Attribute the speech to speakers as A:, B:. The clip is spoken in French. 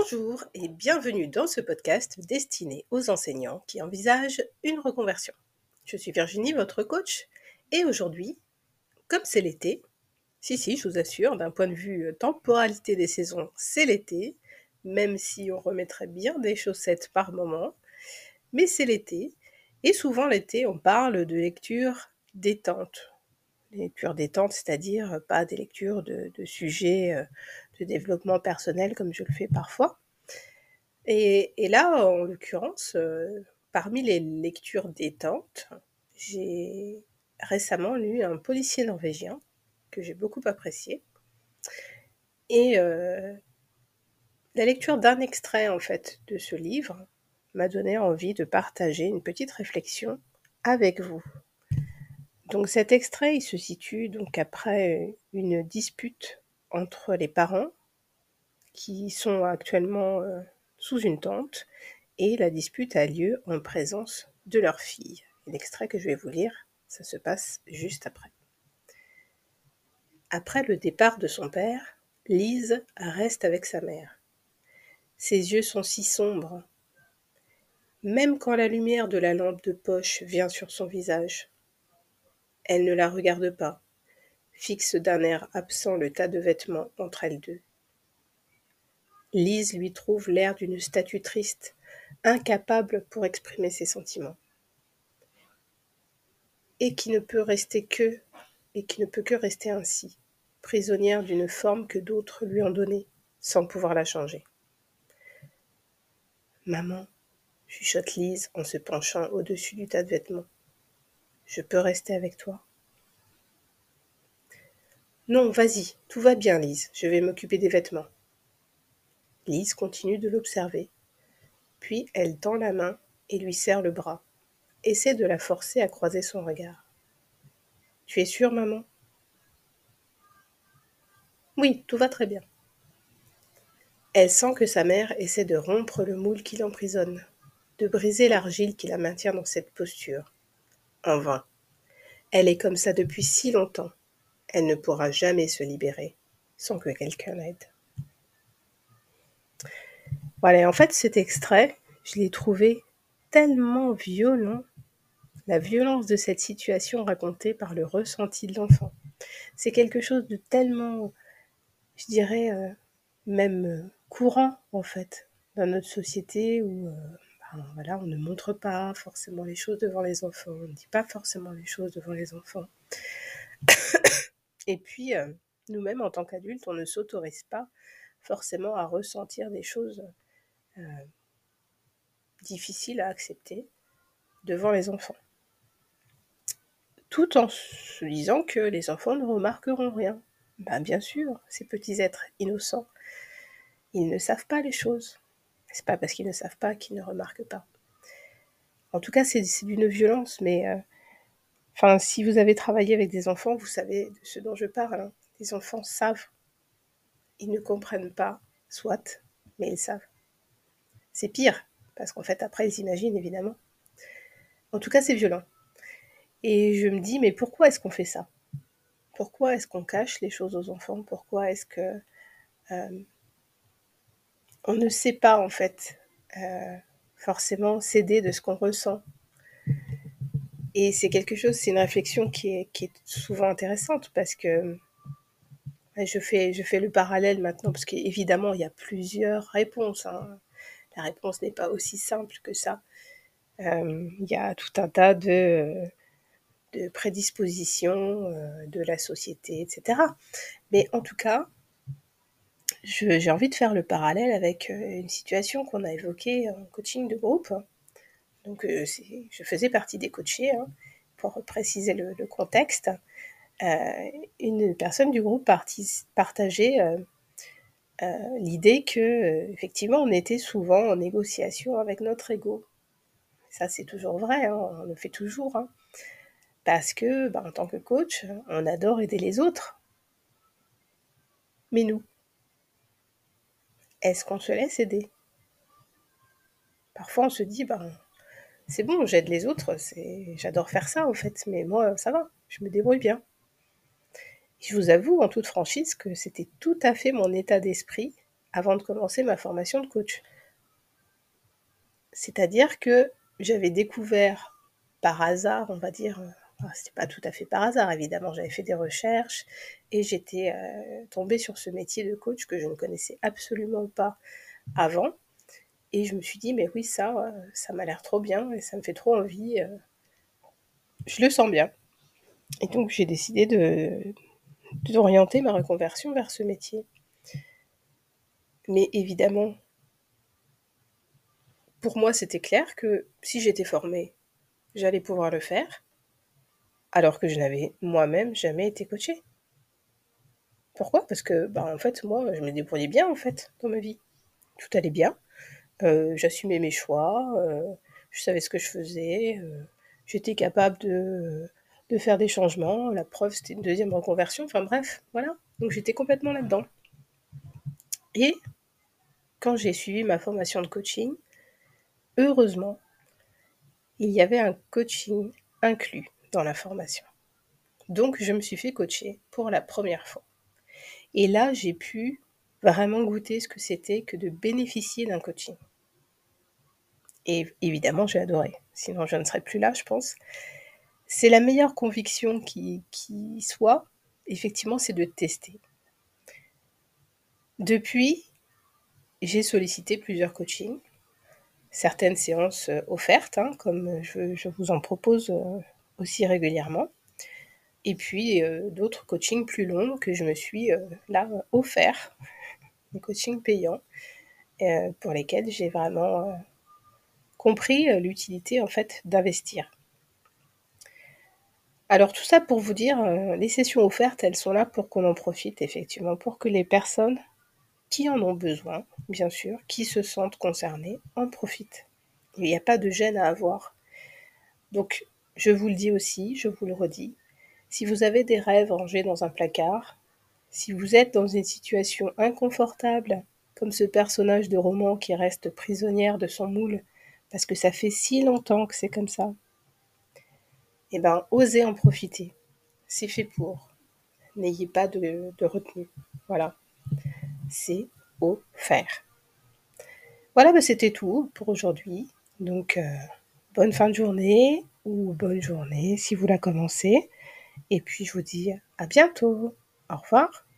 A: Bonjour et bienvenue dans ce podcast destiné aux enseignants qui envisagent une reconversion. Je suis Virginie, votre coach, et aujourd'hui, comme c'est l'été, si, je vous assure, d'un point de vue temporalité des saisons, c'est l'été, même si on remettrait bien des chaussettes par moment, mais c'est l'été, et souvent l'été, on parle de lecture détente. Lecture détente, c'est-à-dire pas des lectures de sujets de développement personnel comme je le fais parfois. Et là, en l'occurrence, parmi les lectures détente, j'ai récemment lu un policier norvégien que j'ai beaucoup apprécié et la lecture d'un extrait, en fait, de ce livre m'a donné envie de partager une petite réflexion avec vous. Donc cet extrait, il se situe donc après une dispute entre les parents qui sont actuellement, sous une tente et la dispute a lieu en présence de leur fille. Et l'extrait que je vais vous lire, ça se passe juste après. Après le départ de son père, Lise reste avec sa mère. Ses yeux sont si sombres, même quand la lumière de la lampe de poche vient sur son visage. Elle ne la regarde pas, fixe d'un air absent le tas de vêtements entre elles deux. Lise lui trouve l'air d'une statue triste, incapable pour exprimer ses sentiments. Et qui ne peut que rester ainsi, prisonnière d'une forme que d'autres lui ont donnée, sans pouvoir la changer. Maman, chuchote Lise en se penchant au-dessus du tas de vêtements. Je peux rester avec toi? Non, vas-y, tout va bien, Lise, je vais m'occuper des vêtements. Lise continue de l'observer, puis elle tend la main et lui serre le bras, essaie de la forcer à croiser son regard. Tu es sûre, maman? Oui, tout va très bien. Elle sent que sa mère essaie de rompre le moule qui l'emprisonne, de briser l'argile qui la maintient dans cette posture. En vain. Elle est comme ça depuis si longtemps. Elle ne pourra jamais se libérer sans que quelqu'un l'aide. Voilà, en fait, cet extrait, je l'ai trouvé tellement violent, la violence de cette situation racontée par le ressenti de l'enfant. C'est quelque chose de tellement, je dirais, même courant, en fait, dans notre société où voilà, on ne montre pas forcément les choses devant les enfants, on ne dit pas forcément les choses devant les enfants. Et puis, nous-mêmes, en tant qu'adultes, on ne s'autorise pas forcément à ressentir des choses difficiles à accepter devant les enfants. Tout en se disant que les enfants ne remarqueront rien. Ben, bien sûr, ces petits êtres innocents, ils ne savent pas les choses. C'est pas parce qu'ils ne savent pas qu'ils ne remarquent pas. En tout cas, c'est d'une violence, mais si vous avez travaillé avec des enfants, vous savez de ce dont je parle. Hein. Les enfants savent. Ils ne comprennent pas, soit, mais ils savent. C'est pire, parce qu'en fait, après, ils imaginent, évidemment. En tout cas, c'est violent. Et je me dis, mais pourquoi est-ce qu'on fait ça? Pourquoi est-ce qu'on cache les choses aux enfants? Pourquoi est-ce que on ne sait pas, en fait, forcément s'aider de ce qu'on ressent? Et c'est une réflexion qui est souvent intéressante, parce que je fais le parallèle maintenant, parce qu'évidemment, il y a plusieurs réponses. Hein. La réponse n'est pas aussi simple que ça. Il y a tout un tas de prédispositions de la société, etc. Mais en tout cas, j'ai envie de faire le parallèle avec une situation qu'on a évoquée en coaching de groupe. Donc, je faisais partie des coachés, hein, pour préciser le contexte. Une personne du groupe partageait l'idée que, effectivement, on était souvent en négociation avec notre ego. Ça, c'est toujours vrai, hein, on le fait toujours. Hein. Parce que, en tant que coach, on adore aider les autres. Mais nous, est-ce qu'on se laisse aider? Parfois, on se dit, c'est bon, j'aide les autres, j'adore faire ça, en fait, mais moi, ça va, je me débrouille bien. Et je vous avoue, en toute franchise, que c'était tout à fait mon état d'esprit avant de commencer ma formation de coach. C'est-à-dire que j'avais découvert par hasard, on va dire, c'était pas tout à fait par hasard évidemment, j'avais fait des recherches et j'étais, tombée sur ce métier de coach que je ne connaissais absolument pas avant et je me suis dit: «Mais oui ça m'a l'air trop bien et ça me fait trop envie, je le sens bien» et donc j'ai décidé d'orienter ma reconversion vers ce métier. Mais évidemment, pour moi, c'était clair que si j'étais formée, j'allais pouvoir le faire, alors que je n'avais moi-même jamais été coachée. Pourquoi? Parce que, en fait, moi, je me débrouillais bien, en fait, dans ma vie. Tout allait bien, j'assumais mes choix, je savais ce que je faisais, j'étais capable de faire des changements. La preuve, c'était une deuxième reconversion, enfin bref, voilà. Donc j'étais complètement là-dedans et quand j'ai suivi ma formation de coaching, heureusement, il y avait un coaching inclus dans la formation. Donc je me suis fait coacher pour la première fois et là, j'ai pu vraiment goûter ce que c'était que de bénéficier d'un coaching et évidemment, j'ai adoré, sinon je ne serais plus là, je pense. C'est la meilleure conviction qui soit, effectivement, c'est de tester. Depuis, j'ai sollicité plusieurs coachings, certaines séances, offertes, hein, comme je vous en propose, aussi régulièrement et puis, d'autres coachings plus longs que je me suis, là, offerts, des coachings payants, pour lesquels j'ai vraiment, compris, l'utilité, en fait, d'investir. Alors tout ça pour vous dire, les sessions offertes, elles sont là pour qu'on en profite effectivement, pour que les personnes qui en ont besoin, bien sûr, qui se sentent concernées, en profitent. Il n'y a pas de gêne à avoir. Donc je vous le dis aussi, je vous le redis, si vous avez des rêves rangés dans un placard, si vous êtes dans une situation inconfortable, comme ce personnage de roman qui reste prisonnière de son moule, parce que ça fait si longtemps que c'est comme ça, eh ben, osez en profiter. C'est fait pour. N'ayez pas de retenue. Voilà, c'est offert. Voilà, c'était tout pour aujourd'hui. Donc, bonne fin de journée ou bonne journée si vous la commencez. Et puis, je vous dis à bientôt. Au revoir.